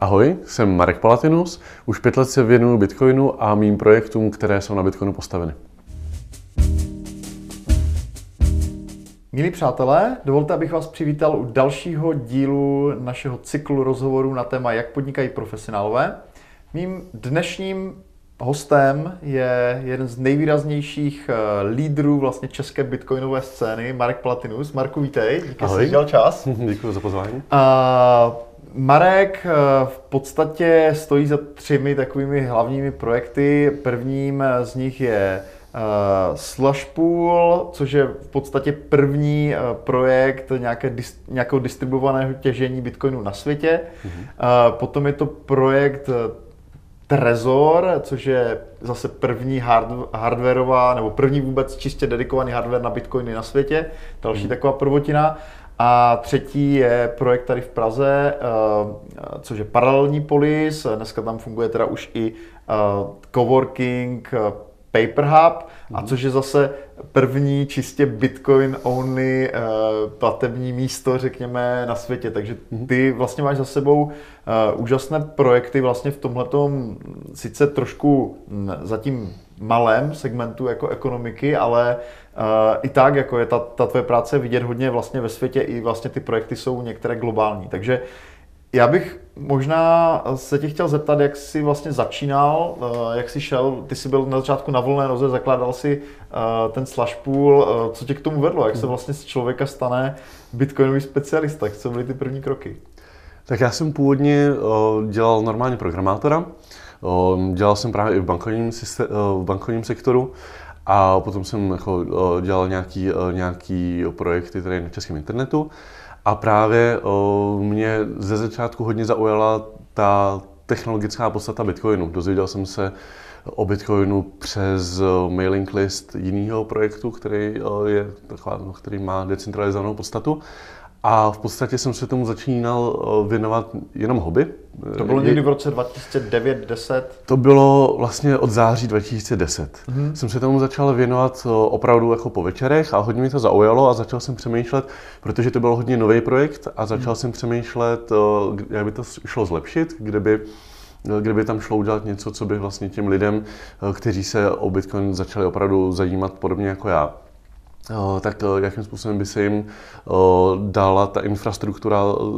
Ahoj, jsem Marek Palatinus, už 5 let se věnuju Bitcoinu a mým projektům, které jsou na Bitcoinu postaveny. Milí přátelé, dovolte, abych vás přivítal u dalšího dílu našeho cyklu rozhovorů na téma Jak podnikají profesionálové. Mým dnešním hostem je jeden z nejvýraznějších lídrů vlastně české bitcoinové scény, Marek Palatinus. Marku, vítej, díky, že jsi udělal čas. Děkuji za pozvání. Marek v podstatě stojí za 3 takovými hlavními projekty. Prvním z nich je Slushpool, což je v podstatě první projekt nějakého distribuovaného těžení Bitcoinu na světě. Potom je to projekt Trezor, což je zase první hardwareová, nebo první vůbec čistě dedikovaný hardware na Bitcoiny na světě. Další taková prvotina. A třetí je projekt tady v Praze, což je Paralelní Polis. Dneska tam funguje teda už i coworking Paper Hub, a což je zase první čistě Bitcoin only platební místo, řekněme, na světě. Takže ty vlastně máš za sebou úžasné projekty vlastně v tomhletom sice trošku zatím malém segmentu jako ekonomiky, ale i tak jako je ta tvoje práce vidět hodně vlastně ve světě, i vlastně ty projekty jsou některé globální. Takže já bych možná se tě chtěl zeptat, jak jsi vlastně začínal, jak jsi šel, ty jsi byl na začátku na volné noze, zakládal si ten Slushpool, co tě k tomu vedlo, jak se vlastně z člověka stane bitcoinový specialista, co byly ty první kroky? Tak já jsem původně dělal normálně programátora, dělal jsem právě i v bankovním sektoru a potom jsem jako dělal nějaký projekty tady na českém internetu. A právě mě ze začátku hodně zaujala ta technologická podstata Bitcoinu. Dozvěděl jsem se o Bitcoinu přes mailing list jiného projektu, který má decentralizovanou podstatu. A v podstatě jsem se tomu začínal věnovat jenom hobby. To bylo někdy v roce 2009-10? To bylo vlastně od září 2010. Jsem se tomu začal věnovat opravdu jako po večerech a hodně mi to zaujalo a začal jsem přemýšlet, protože to byl hodně nový projekt a začal jsem přemýšlet, jak by to šlo zlepšit, kdyby tam šlo udělat něco, co by vlastně těm lidem, kteří se o Bitcoin začali opravdu zajímat podobně jako já, tak jakým způsobem by se jim dala ta infrastruktura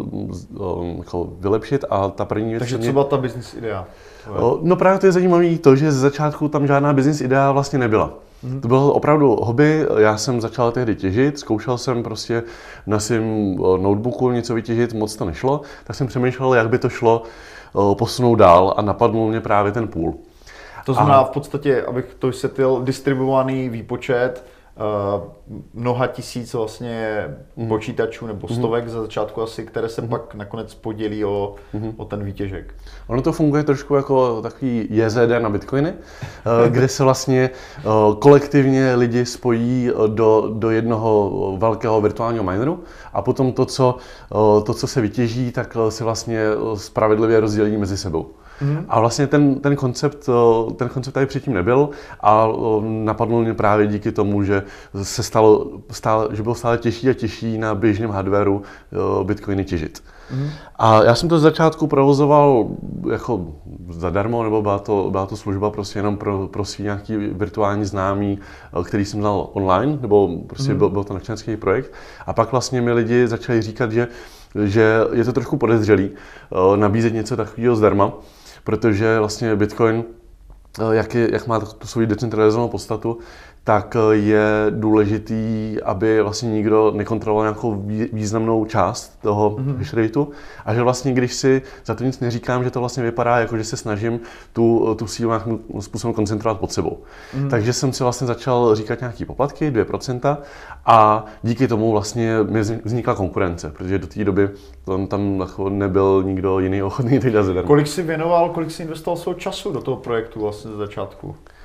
jako vylepšit a ta první věc... Takže co byla ta business idea? No právě to je zajímavé to, že ze začátku tam žádná business idea vlastně nebyla. To bylo opravdu hobby, já jsem začal tehdy těžit, zkoušel jsem prostě na svém notebooku něco vytěžit, moc to nešlo, tak jsem přemýšlel, jak by to šlo posunout dál a napadnul mě právě ten pool. To znamená v podstatě, abych to vysvětlil, distribuovaný výpočet mnoha tisíc vlastně počítačů nebo stovek za začátku asi, které se pak nakonec podělí o ten výtěžek. Ono to funguje trošku jako takový JZD na Bitcoiny, kde se vlastně kolektivně lidi spojí do jednoho velkého virtuálního mineru a potom to, co se vytěží, tak se vlastně spravedlivě rozdělí mezi sebou. A vlastně ten koncept tady předtím nebyl a napadl mě právě díky tomu, že že bylo stále těžší a těžší na běžném hardwareu Bitcoiny těžit. A já jsem to z začátku provozoval jako zadarmo, nebo byla to služba prostě jenom pro svý nějaký virtuální známý, který jsem znal online, nebo prostě byl to načenský projekt. A pak vlastně mi lidi začali říkat, že je to trošku podezřelý nabízet něco takového zdarma, protože vlastně Bitcoin, jak má tu svou decentralizovanou podstatu, tak je důležitý, aby vlastně nikdo nekontroloval nějakou významnou část toho hash rateu a že vlastně, když si za to nic neříkám, že to vlastně vypadá jako, že se snažím tu sílu nějakým způsobem koncentrovat pod sebou. Takže jsem si vlastně začal říkat nějaký poplatky, 2%, a díky tomu vlastně mi vznikla konkurence, protože do té doby tam nebyl nikdo jiný ochotný to dělat zadarmo. Kolik jsi investoval svého času do toho projektu vlastně ze začátku?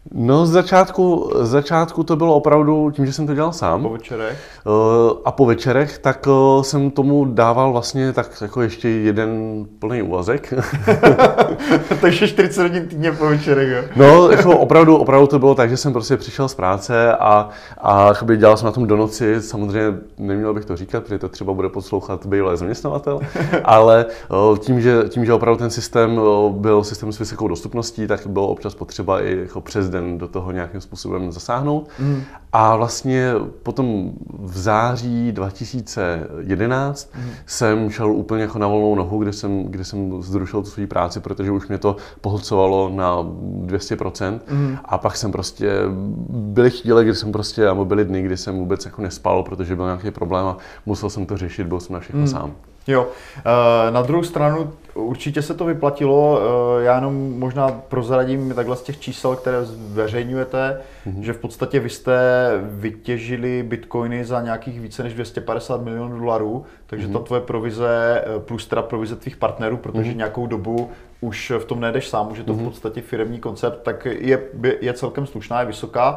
No z začátku to bylo opravdu tím, že jsem to dělal sám. Po večerech? A po večerech, tak jsem tomu dával vlastně tak jako ještě jeden plný úvazek. Takže 40 hodin týdně po večerech, jo? No, jako opravdu to bylo tak, že jsem prostě přišel z práce a dělal jsem na tom do noci. Samozřejmě neměl bych to říkat, protože to třeba bude poslouchat bývalý zaměstnavatel, ale tím, že opravdu ten systém byl systém s vysokou dostupností, tak bylo občas potřeba i jako přes den do toho nějakým způsobem zasáhnout. A vlastně potom v září 2011 jsem šel úplně jako na volnou nohu, kde jsem zrušil tu svou práci, protože už mě to pohlcovalo na 200%. A pak jsem prostě, byly chvíle, kdy jsem prostě, a byly dny, kdy jsem vůbec jako nespal, protože byl nějaký problém a musel jsem to řešit, byl jsem na všechno sám. Jo, na druhou stranu určitě se to vyplatilo, já jenom možná prozradím takhle z těch čísel, které zveřejňujete, že v podstatě vy jste vytěžili bitcoiny za nějakých více než 250 milionů dolarů, takže ta tvoje provize plus teda provize tvých partnerů, protože nějakou dobu už v tom nejdeš sám, už je to v podstatě firemní koncept, tak je celkem slušná, je vysoká.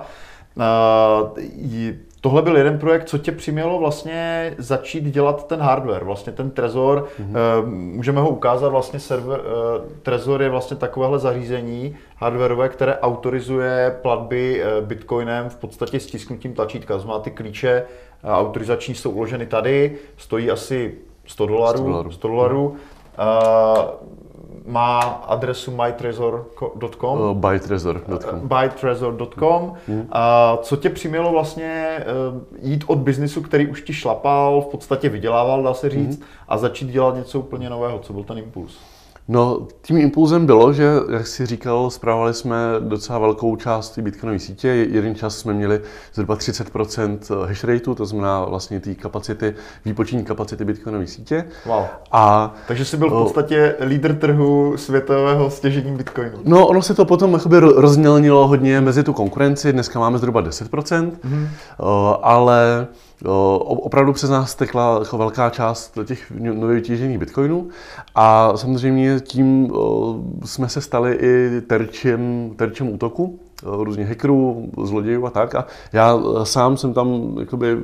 Tohle byl jeden projekt, co tě přimělo vlastně začít dělat ten hardware, vlastně ten Trezor. Můžeme ho ukázat, vlastně server, Trezor je vlastně takovéhle zařízení hardwareové, které autorizuje platby bitcoinem v podstatě stisknutím tlačítka. Znamená, ty klíče autorizační jsou uloženy tady, stojí asi $100. Má adresu mytrezor.com. Bytrezor.com. Co tě přimělo vlastně jít od biznisu, který už ti šlapal, v podstatě vydělával, dá se říct, a začít dělat něco úplně nového? Co byl ten impuls? No, tím impulzem bylo, že, jak jsi říkal, spravovali jsme docela velkou část bitcoinové sítě. Jeden čas jsme měli zhruba 30% hash rateu, to znamená vlastně té kapacity, výpočetní kapacity bitcoinové sítě. Wow. Takže jsi byl v podstatě lídr trhu světového stěžení bitcoinu. No, ono se to potom jakoby rozmělnilo hodně mezi tu konkurenci, dneska máme zhruba 10%, ale opravdu přes nás tekla jako velká část těch nově vytěžených bitcoinů a samozřejmě tím jsme se stali i terčem útoku různých hackerů, zlodějů a tak. A já sám jsem tam jakoby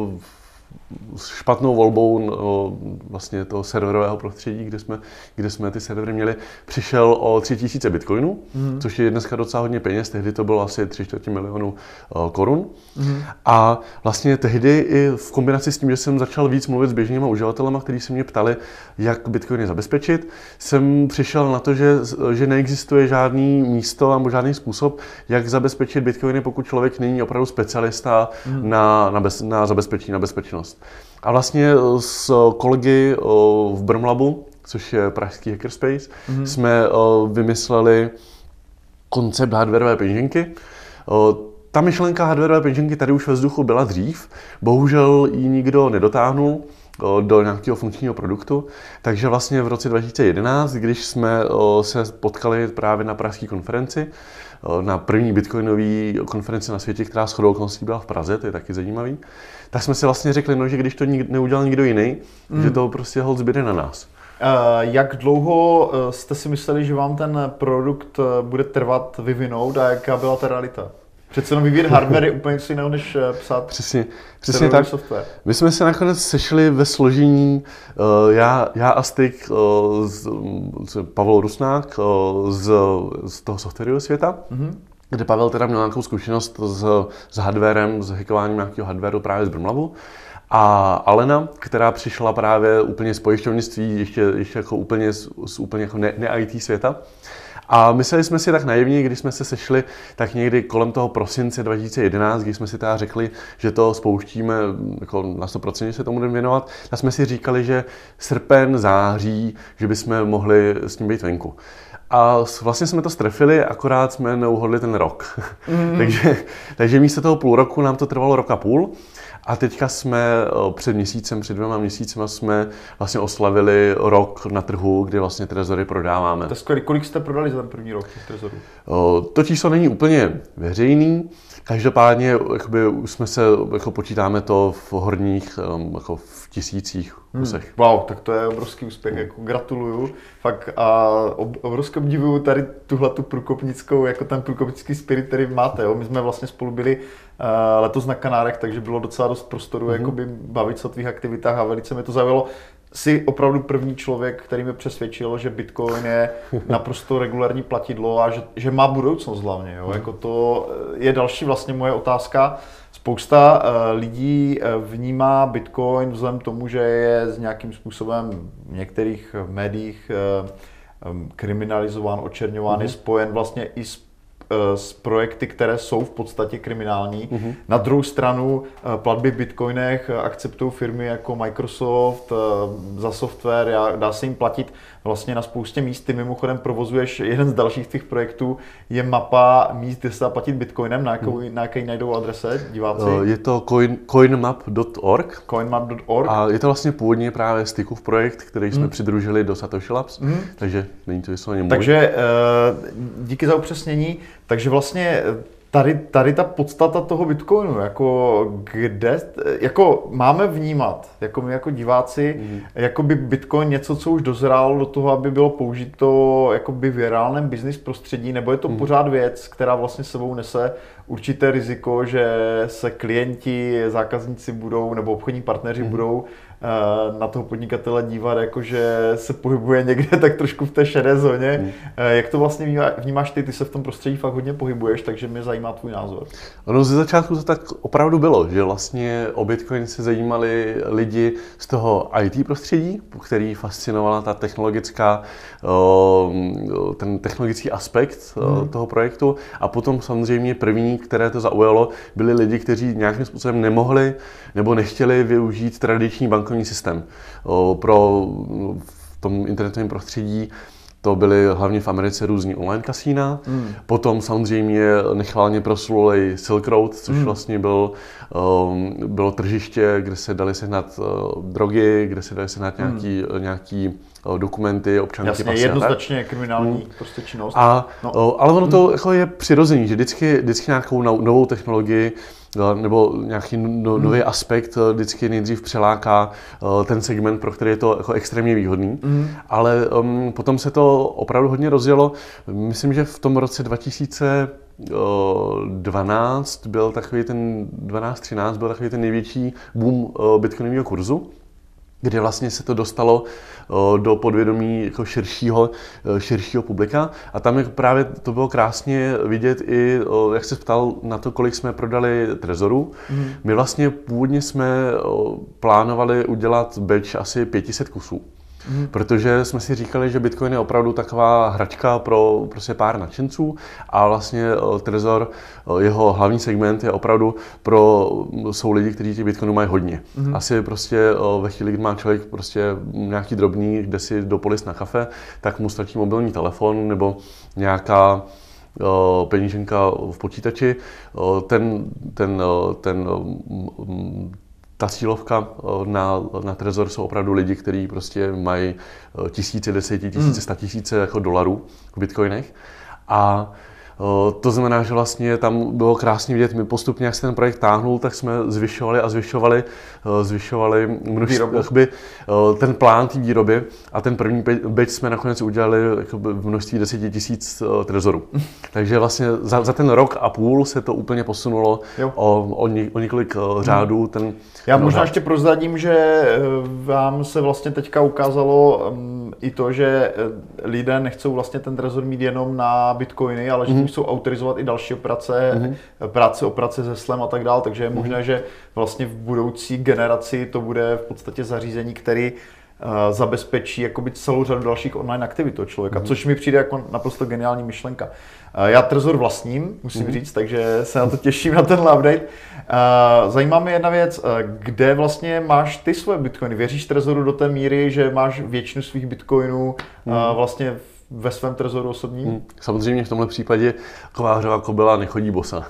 špatnou volbou vlastně toho serverového prostředí, kde jsme ty servery měli, přišel o 3000 bitcoinů, což je dneska docela hodně peněz, tehdy to bylo asi 3/4 milionu korun. A vlastně tehdy i v kombinaci s tím, že jsem začal víc mluvit s běžnými uživatelema, kteří se mě ptali, jak bitcoiny zabezpečit, jsem přišel na to, že neexistuje žádný místo nebo žádný způsob, jak zabezpečit bitcoiny, pokud člověk není opravdu specialista na zabezpečení, na bezpečnost. A vlastně s kolegy v Brmlabu, což je pražský hackerspace, jsme vymysleli koncept hardwareové peněženky. Ta myšlenka hardwareové peněženky tady už ve vzduchu byla dřív, bohužel ji nikdo nedotáhnul do nějakého funkčního produktu. Takže vlastně v roce 2011, když jsme se potkali právě na pražské konferenci, na první bitcoinové konferenci na světě, která shodou okolností byla v Praze, to je taky zajímavý, tak jsme si vlastně řekli, no, že když to neudělal nikdo jiný, že to prostě holt zbyde na nás. Jak dlouho jste si mysleli, že vám ten produkt bude trvat vyvinout a jaká byla ta realita? Přece jenom vyvíjet hardware je úplně něco jiného, než psát přesně tak. software. My jsme se nakonec sešli ve složení, já a Styk, Pavel Rusnák z toho softwarového světa, kde Pavel teda měl nějakou zkušenost s hardwarem, s hackováním nějakého hardwareu právě z Brmlavu. A Alena, která přišla právě úplně z pojišťovnictví, ještě jako úplně jako ne-IT světa. A mysleli jsme si tak naivně, když jsme se sešli, tak někdy kolem toho prosince 2011, když jsme si teda řekli, že to spouštíme jako na 100%, že se tomu budeme věnovat, tak jsme si říkali, že srpen, září, že bychom mohli s tím být venku. A vlastně jsme to strefili, akorát jsme neuhodli ten rok. takže místo toho půl roku nám to trvalo rok a půl. A teďka jsme před 2 měsíci jsme vlastně oslavili rok na trhu, kdy vlastně trezory prodáváme. To je skvělý. Kolik jste prodali za ten první rok těch trezorů? To číslo není úplně veřejný. Každopádně už jsme se, počítáme to v horních, jako v tisících kusech. Wow, tak to je obrovský úspěch, jako gratuluju. Fakt a obrovsky obdivuju tady tuhletu průkopnickou, jako ten průkopnický spirit, který máte. Jo. My jsme vlastně spolu byli letos na Kanárech, takže bylo docela dost prostoru jakoby bavit se o tvých aktivitách a velice mě to zaujalo. Jsi opravdu první člověk, který mě přesvědčil, že Bitcoin je naprosto regulární platidlo a že má budoucnost hlavně. Jo. Jako to je další vlastně moje otázka. Spousta lidí vnímá Bitcoin vzhledem tomu, že je s nějakým způsobem v některých médiích kriminalizován, očerňován, je spojen vlastně i s projekty, které jsou v podstatě kriminální. Na druhou stranu platby v bitcoinech akceptují firmy jako Microsoft za software, dá se jim platit vlastně na spoustě míst. Ty mimochodem provozuješ jeden z dalších těch projektů, je mapa míst, kde se dá platit bitcoinem, na jaké najdou adrese diváci? Je to coinmap.org. Coinmap.org. A je to vlastně původně právě Stickův projekt, který jsme přidružili do Satoshi Labs, takže není to vysloveně můj. Takže díky za upřesnění. Takže vlastně tady ta podstata toho Bitcoinu, jako kde, jako máme vnímat, jako my jako diváci, jako by Bitcoin něco, co už dozrálo do toho, aby bylo použito jakoby v reálném business prostředí, nebo je to pořád věc, která vlastně sebou nese určité riziko, že se klienti, zákazníci budou, nebo obchodní partneři budou na toho podnikatele dívat, jakože se pohybuje někde tak trošku v té šedé zóně. Jak to vlastně vnímáš ty? Ty se v tom prostředí fakt hodně pohybuješ, takže mě zajímá tvůj názor. Ono ze začátku to tak opravdu bylo, že vlastně o Bitcoin se zajímali lidi z toho IT prostředí, který fascinovala ta technologická, ten technologický aspekt toho projektu, a potom samozřejmě první, které to zaujalo, byli lidi, kteří nějakým způsobem nemohli nebo nechtěli využít tradiční bankovní systém. V tom internetovém prostředí to byly hlavně v Americe různí online kasína. Potom samozřejmě nechválně proslulej Silk Road, což vlastně bylo tržiště, kde se daly sehnat drogy, kde se daly sehnat nějaký dokumenty, občanky, pasy. Jednoznačně kriminální prostě činnost. Ale ono to jako je přirozený, že vždycky nějakou novou technologii nebo nějaký nový aspekt vždycky nejdřív přeláká ten segment, pro který je to jako extrémně výhodný. Ale potom se to opravdu hodně rozjelo. Myslím, že v tom roce 2012 byl takový ten 12-13 byl takový ten největší boom bitcoinového kurzu, kde vlastně se to dostalo do podvědomí jako širšího publika. A tam právě to bylo krásně vidět i, jak se ptal na to, kolik jsme prodali Trezoru. My vlastně původně jsme plánovali udělat batch asi 500 kusů. Protože jsme si říkali, že Bitcoin je opravdu taková hračka pro prostě pár nadšenců a vlastně Trezor, jeho hlavní segment je opravdu jsou lidi, kteří těch Bitcoinů mají hodně. Asi prostě ve chvíli, kdy má člověk prostě nějaký drobný, kde si do polis na kafe, tak mu stačí mobilní telefon nebo nějaká peníženka v počítači. Ta cílovka na Trezor jsou opravdu lidi, kteří prostě mají tisíce, 10 000, 100 000 jako dolarů v bitcoinech. A to znamená, že vlastně tam bylo krásně vidět, my postupně, jak se ten projekt táhnul, tak jsme zvyšovali množství, ten plán té výroby, a ten první batch jsme nakonec udělali v množství 10 000 trezorů. Takže vlastně za ten rok a půl se to úplně posunulo o několik řádů. Já možná ještě prozradím, že vám se vlastně teďka ukázalo i to, že lidé nechcou vlastně ten trezor mít jenom na bitcoiny, ale že chcou autorizovat i další operace s heslem a tak dále, takže je možné, že vlastně v budoucí generaci to bude v podstatě zařízení, který zabezpečí jakoby celou řadu dalších online aktivit toho člověka, což mi přijde jako naprosto geniální myšlenka. Já Trezor vlastním, musím říct, takže se na to těším, na ten update. Zajímá mě jedna věc, kde vlastně máš ty svoje bitcoiny? Věříš Trezoru do té míry, že máš většinu svých bitcoinů vlastně ve svém Trezoru osobním? Samozřejmě v tomhle případě kovářová kobyla nechodí bosa.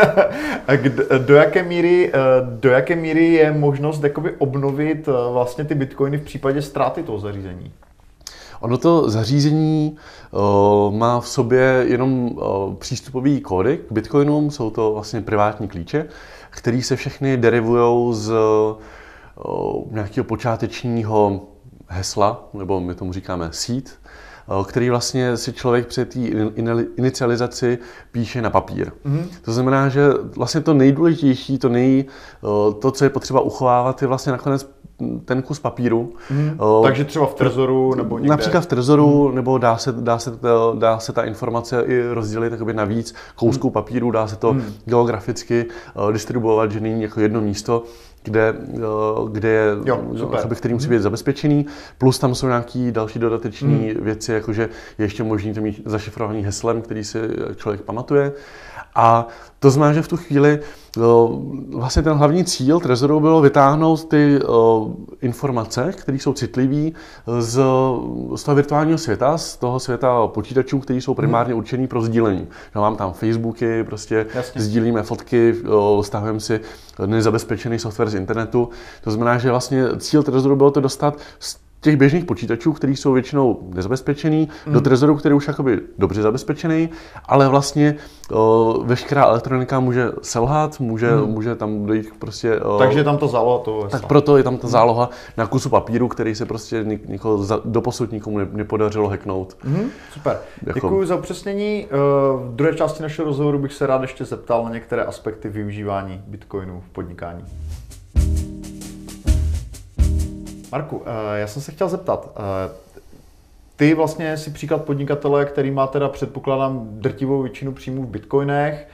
Do jaké míry je možnost jakoby obnovit vlastně ty bitcoiny v případě ztráty toho zařízení? Ono to zařízení má v sobě jenom přístupový kódy k bitcoinům, jsou to vlastně privátní klíče, které se všechny derivujou nějakého počátečního hesla, nebo my tomu říkáme seed, který vlastně si člověk při té inicializaci píše na papír. To znamená, že vlastně to nejdůležitější, to, co je potřeba uchovávat, je vlastně nakonec ten kus papíru. Takže třeba v Trezoru nebo někde? Například v Trezoru, nebo dá se ta informace i rozdělit na víc kousků papíru, dá se to geograficky distribuovat, že není jako jedno místo, který musí být zabezpečený. Plus tam jsou nějaké další dodatečné věci, jakože je ještě možné to mít zašifrovaný heslem, který si člověk pamatuje. A to znamená, že v tu chvíli vlastně ten hlavní cíl Trezoru bylo vytáhnout ty informace, které jsou citlivé z toho virtuálního světa, z toho světa počítačů, které jsou primárně určený pro sdílení. No, mám tam Facebooky, prostě sdílíme fotky, stahujeme si nezabezpečený software z internetu. To znamená, že vlastně cíl Trezoru bylo to dostat těch běžných počítačů, který jsou většinou nezabezpečený, do Trezoru, který už jakoby dobře zabezpečený, ale vlastně veškerá elektronika může selhat, může tam dojít prostě... Takže je tam ta záloha toho hesla. Tak proto je tam ta záloha na kusu papíru, který se prostě doposud nikomu nepodařilo hacknout. Super. Děkuji za upřesnění. V druhé části našeho rozhovoru bych se rád ještě zeptal na některé aspekty využívání Bitcoinu v podnikání. Marku, já jsem se chtěl zeptat, ty vlastně jsi příklad podnikatele, který má teda, předpokládám, drtivou většinu příjmů v bitcoinech.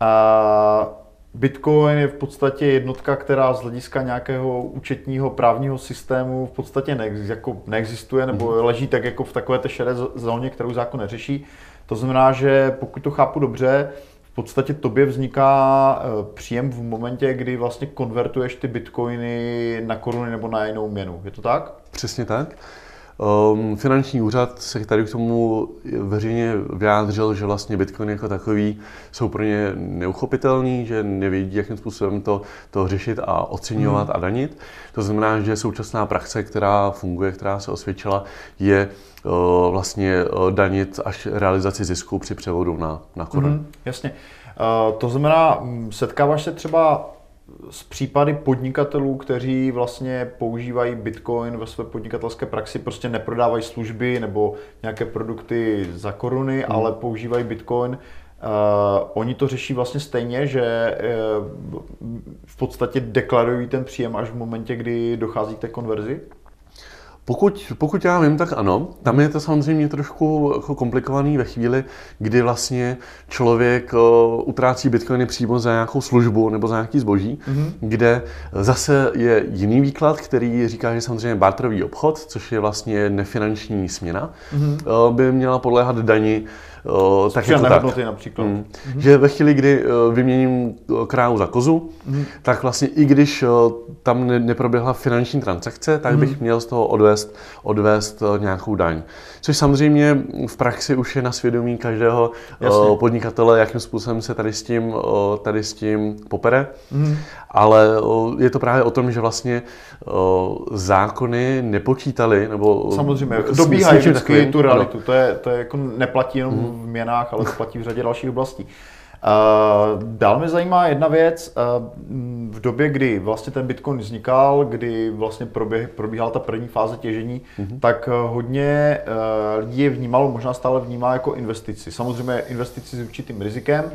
Bitcoin je v podstatě jednotka, která z hlediska nějakého účetního právního systému v podstatě neexistuje, nebo leží tak jako v takové té šedé zóně, kterou zákon neřeší. To znamená, že pokud to chápu dobře, v podstatě tobě vzniká příjem v momentě, kdy vlastně konvertuješ ty bitcoiny na koruny nebo na jinou měnu. Je to tak? Přesně tak. Finanční úřad se tady k tomu veřejně vyjádřil, že vlastně bitcoiny jako takový jsou pro ně neuchopitelný, že nevědí, jakým způsobem to řešit a oceňovat a danit. To znamená, že současná praxe, která funguje, která se osvědčila, je vlastně danit až realizaci zisku při převodu na korun. Jasně. To znamená, setkáváš se třeba s případy podnikatelů, kteří vlastně používají Bitcoin ve své podnikatelské praxi, prostě neprodávají služby nebo nějaké produkty za koruny, ale používají Bitcoin. Oni to řeší vlastně stejně, že v podstatě deklarují ten příjem až v momentě, kdy dochází k té konverzi? Pokud já vím, tak ano. Tam je to samozřejmě trošku jako komplikovaný ve chvíli, kdy vlastně člověk utrácí bitcoiny přímo za nějakou službu nebo za nějaký zboží, kde zase je jiný výklad, který říká, že samozřejmě barterový obchod, což je vlastně nefinanční směna, by měla podléhat dani. Tak jako nehodnoty například. Že ve chvíli, kdy vyměním krávu za kozu, tak vlastně i když tam neproběhla finanční transakce, tak bych měl z toho odvést nějakou daň. Což samozřejmě v praxi už je na svědomí každého podnikatele, jakým způsobem se tady s tím popere. Ale je to právě o tom, že vlastně zákony nepočítali, nebo... Samozřejmě, dobíhají vždycky tu realitu. To je jako neplatí jenom v měnách, ale to platí v řadě dalších oblastí. Dál mě zajímá jedna věc. V době, kdy vlastně ten Bitcoin vznikal, kdy vlastně probíhala ta první fáze těžení, tak hodně lidí je vnímalo, možná stále vnímá jako investici. Samozřejmě investici s určitým rizikem.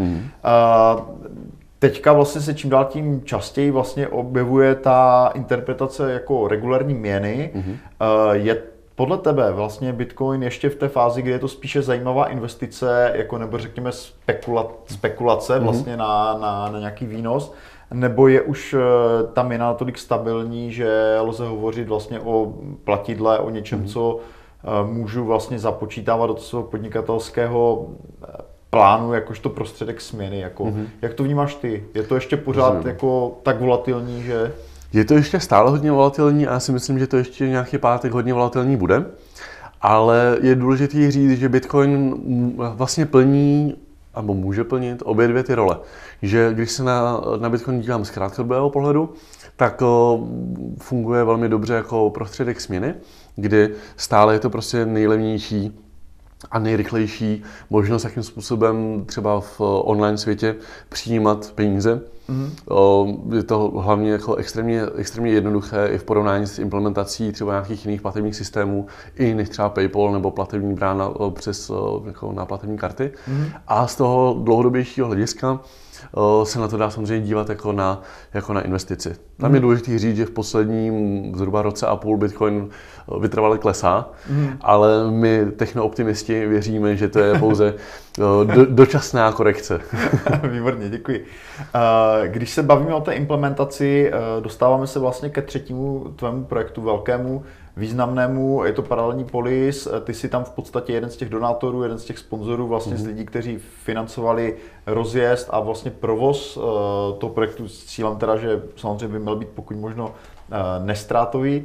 Teďka vlastně se čím dál tím častěji vlastně objevuje ta interpretace jako regulární měny. Je podle tebe vlastně Bitcoin ještě v té fázi, kdy je to spíše zajímavá investice, jako nebo řekněme spekulace vlastně na nějaký výnos, nebo je už ta měna natolik stabilní, že lze hovořit vlastně o platidle, o něčem, co můžu vlastně započítávat do svého podnikatelského plánu jakožto prostředek směny. Jak to vnímáš ty? Je to ještě pořád jako tak volatilní, že... Je to ještě stále hodně volatilní a já si myslím, že to ještě nějaký pátek hodně volatilní bude. Ale je důležité říct, že Bitcoin vlastně plní, nebo může plnit obě dvě ty role. Že když se na Bitcoin dívám z krátkodobého pohledu, tak funguje velmi dobře jako prostředek směny, kdy stále je to prostě nejlevnější a nejrychlejší možnost, jakým způsobem třeba v online světě přijímat peníze. Je to hlavně jako extrémně jednoduché i v porovnání s implementací třeba nějakých jiných platebních systémů, i než třeba PayPal nebo platební brána přes jako na platební karty. A z toho dlouhodobějšího hlediska se na to dá samozřejmě dívat jako na investici. Tam je důležité říct, že v posledním zhruba roce a půl Bitcoin vytrvale klesá, ale my technooptimisti věříme, že to je pouze dočasná korekce. Výborně, děkuji. Když se bavíme o té implementaci, dostáváme se vlastně ke třetímu tvému projektu velkému, významnému, je to Paralelní polis. Ty jsi tam v podstatě jeden z těch donátorů, jeden z těch sponzorů, vlastně z lidí, kteří financovali rozjezd a vlastně provoz toho projektu s cílem teda, že samozřejmě by měl být pokud možno neztrátový.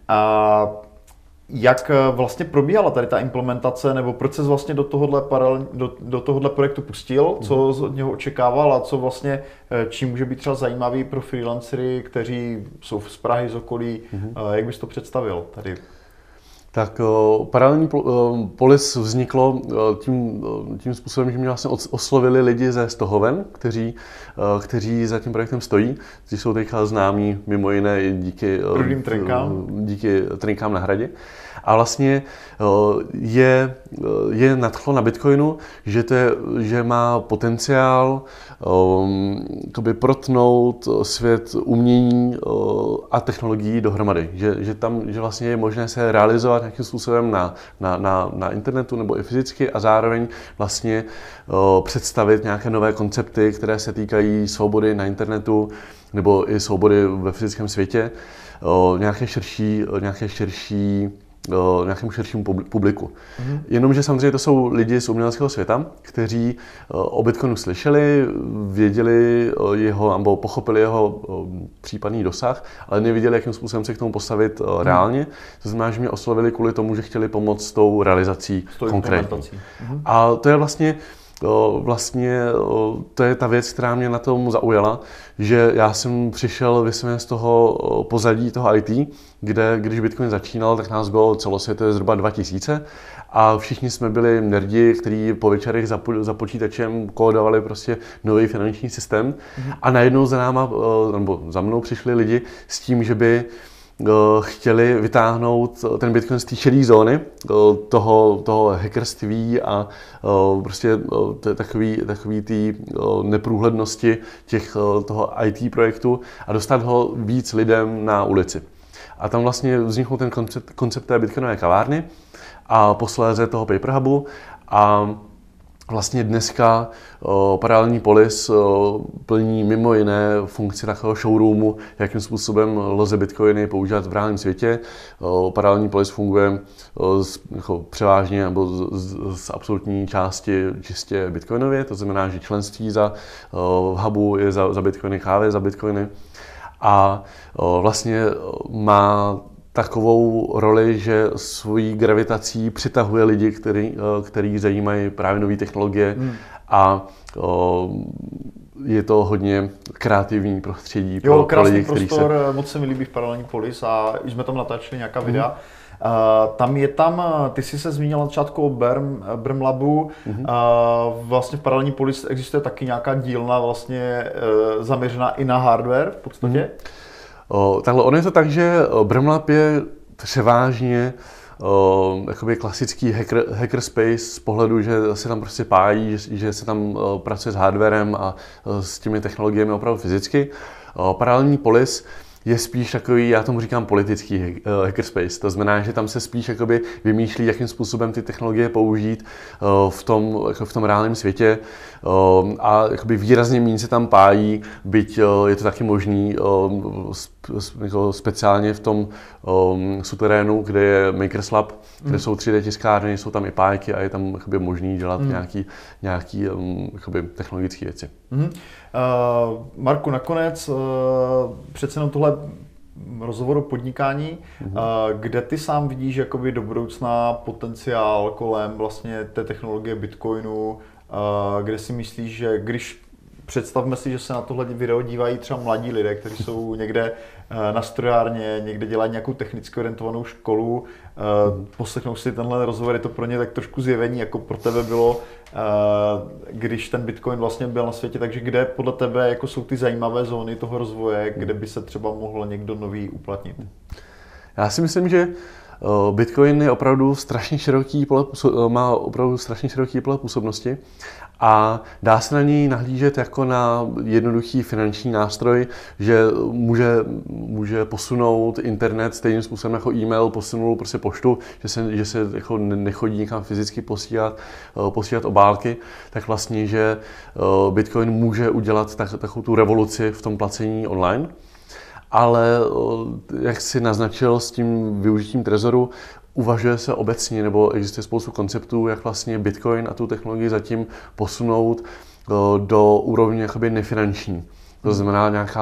Jak vlastně probíhala tady ta implementace, nebo proč ses vlastně do tohohle projektu pustil, co od něho očekával a co vlastně, čím může být třeba zajímavý pro freelancery, kteří jsou z Prahy, z okolí, jak bys to představil tady? Tak Paralelní polis vzniklo tím způsobem, že mě vlastně oslovili lidi ze Stohoven, kteří za tím projektem stojí, kteří jsou teďka známí mimo jiné i díky trinkám na Hradě. A vlastně je nadchlo na Bitcoinu, že má potenciál protnout svět umění a technologií dohromady. Že vlastně je možné se realizovat nějakým způsobem na internetu nebo i fyzicky a zároveň vlastně představit nějaké nové koncepty, které se týkají svobody na internetu nebo i svobody ve fyzickém světě, nějakému širšímu publiku. Jenomže samozřejmě to jsou lidi z uměleckého světa, kteří o Bitcoinu slyšeli, věděli jeho, nebo pochopili jeho případný dosah, ale nevěděli, jakým způsobem se k tomu postavit reálně. To znamená, že mě oslovili kvůli tomu, že chtěli pomoct s tou realizací konkrétní. A to je vlastně to je ta věc, která mě na tom zaujala, že já jsem přišel vysvětleně z toho pozadí toho IT, kde když Bitcoin začínal, tak nás bylo celosvětově zhruba 2000 a všichni jsme byli nerdi, kteří po večerech za počítačem kódovali prostě nový finanční systém a najednou za mnou přišli lidi s tím, že by chtěli vytáhnout ten Bitcoin z té šedé zóny, toho hackerství a prostě takový ty neprůhlednosti toho IT projektu a dostat ho víc lidem na ulici. A tam vlastně vznikl ten koncept té bitcoinové kavárny a posléze toho Paper Hubu a vlastně dneska Paralelní polis plní mimo jiné funkci takového showroomu, jakým způsobem lze bitcoiny používat v reálném světě. Paralelní polis funguje jako převážně nebo z absolutní části čistě bitcoinově, to znamená, že členství v hubu je za bitcoiny, kávy za bitcoiny a vlastně má takovou roli, že svojí gravitací přitahuje lidi, který zajímají právě nové technologie a je to hodně kreativní prostředí pro lidi, kteří se... Moc se mi líbí v Paralelní polis a už jsme tam natáčeli nějaká videa. Ty jsi se zmínil na začátku o Berm Labu. Vlastně v Paralelní polis existuje taky nějaká dílna vlastně zaměřená i na hardware v podstatě? Takhle, ono je to tak, že Bermlab je převážně jakoby klasický hackerspace z pohledu, že se tam prostě pájí, že se tam pracuje s hardwarem a s těmi technologiemi opravdu fyzicky. Paralelní polis je spíš takový, já tomu říkám politický hackerspace. To znamená, že tam se spíš jakoby vymýšlí, jakým způsobem ty technologie použít v tom reálném světě a jakoby výrazně méně se tam pájí, byť je to taky možný speciálně v tom suterénu, kde je Makers Lab, kde jsou 3D tiskárny, jsou tam i pájky a je tam jakoby možný dělat nějaký jakoby technologické věci. Marku, nakonec přece jenom tohle rozhovor o podnikání, kde ty sám vidíš jakoby do budoucna potenciál kolem vlastně té technologie Bitcoinu, kde si myslíš, že když Představme si, že se na tohle video dívají třeba mladí lidé, kteří jsou někde na strojárně, někde dělají nějakou technicky orientovanou školu, poslechnou si tenhle rozhovor, je to pro ně tak trošku zjevení, jako pro tebe bylo, když ten Bitcoin vlastně byl na světě, takže kde podle tebe jako jsou ty zajímavé zóny toho rozvoje, kde by se třeba mohl někdo nový uplatnit? Já si myslím, že Bitcoin je opravdu má opravdu strašně široký pole působnosti a dá se na něj nahlížet jako na jednoduchý finanční nástroj, že může posunout internet stejným způsobem jako e-mail posunul prostě poštu, že se jako nechodí někam fyzicky posílat obálky, tak vlastně, že Bitcoin může udělat takovou tu revoluci v tom placení online. Ale jak si naznačil s tím využitím trezoru, uvažuje se obecně, nebo existuje spoustu konceptů, jak vlastně Bitcoin a tu technologii zatím posunout do úrovně jakoby nefinanční. To znamená nějaká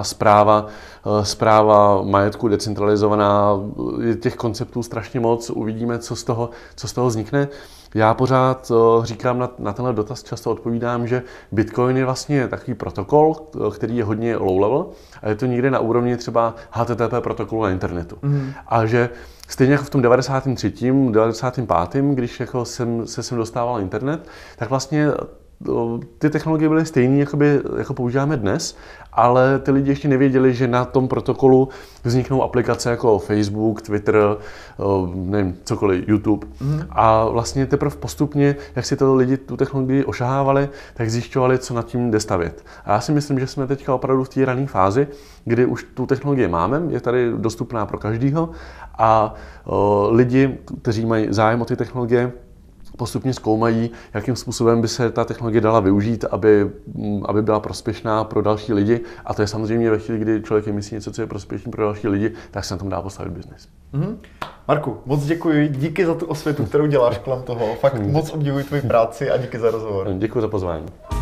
správa majetku decentralizovaná, je těch konceptů strašně moc, uvidíme, co z toho vznikne. Já pořád říkám na tenhle dotaz, často odpovídám, že Bitcoin je vlastně takový protokol, který je hodně low level a je to někde na úrovni třeba HTTP protokolu na internetu. A že stejně jako v tom 93., 95., když jako se sem dostával internet, tak vlastně ty technologie byly stejné, jako používáme dnes, ale ty lidi ještě nevěděli, že na tom protokolu vzniknou aplikace jako Facebook, Twitter, nevím, cokoliv, YouTube. A vlastně teprve postupně, jak si to lidi tu technologii ošahávali, tak zjišťovali, co nad tím jde stavět. A já si myslím, že jsme teďka opravdu v té rané fázi, kdy už tu technologii máme, je tady dostupná pro každýho a lidi, kteří mají zájem o ty technologie, postupně zkoumají, jakým způsobem by se ta technologie dala využít, aby byla prospěšná pro další lidi. A to je samozřejmě ve chvíli, kdy člověk myslí něco, co je prospěšné pro další lidi, tak se na tom dá postavit biznis. Marku, moc děkuji, díky za tu osvětu, kterou děláš kolem toho. Fakt moc obdivuji tvoji práci a díky za rozhovor. Děkuji za pozvání.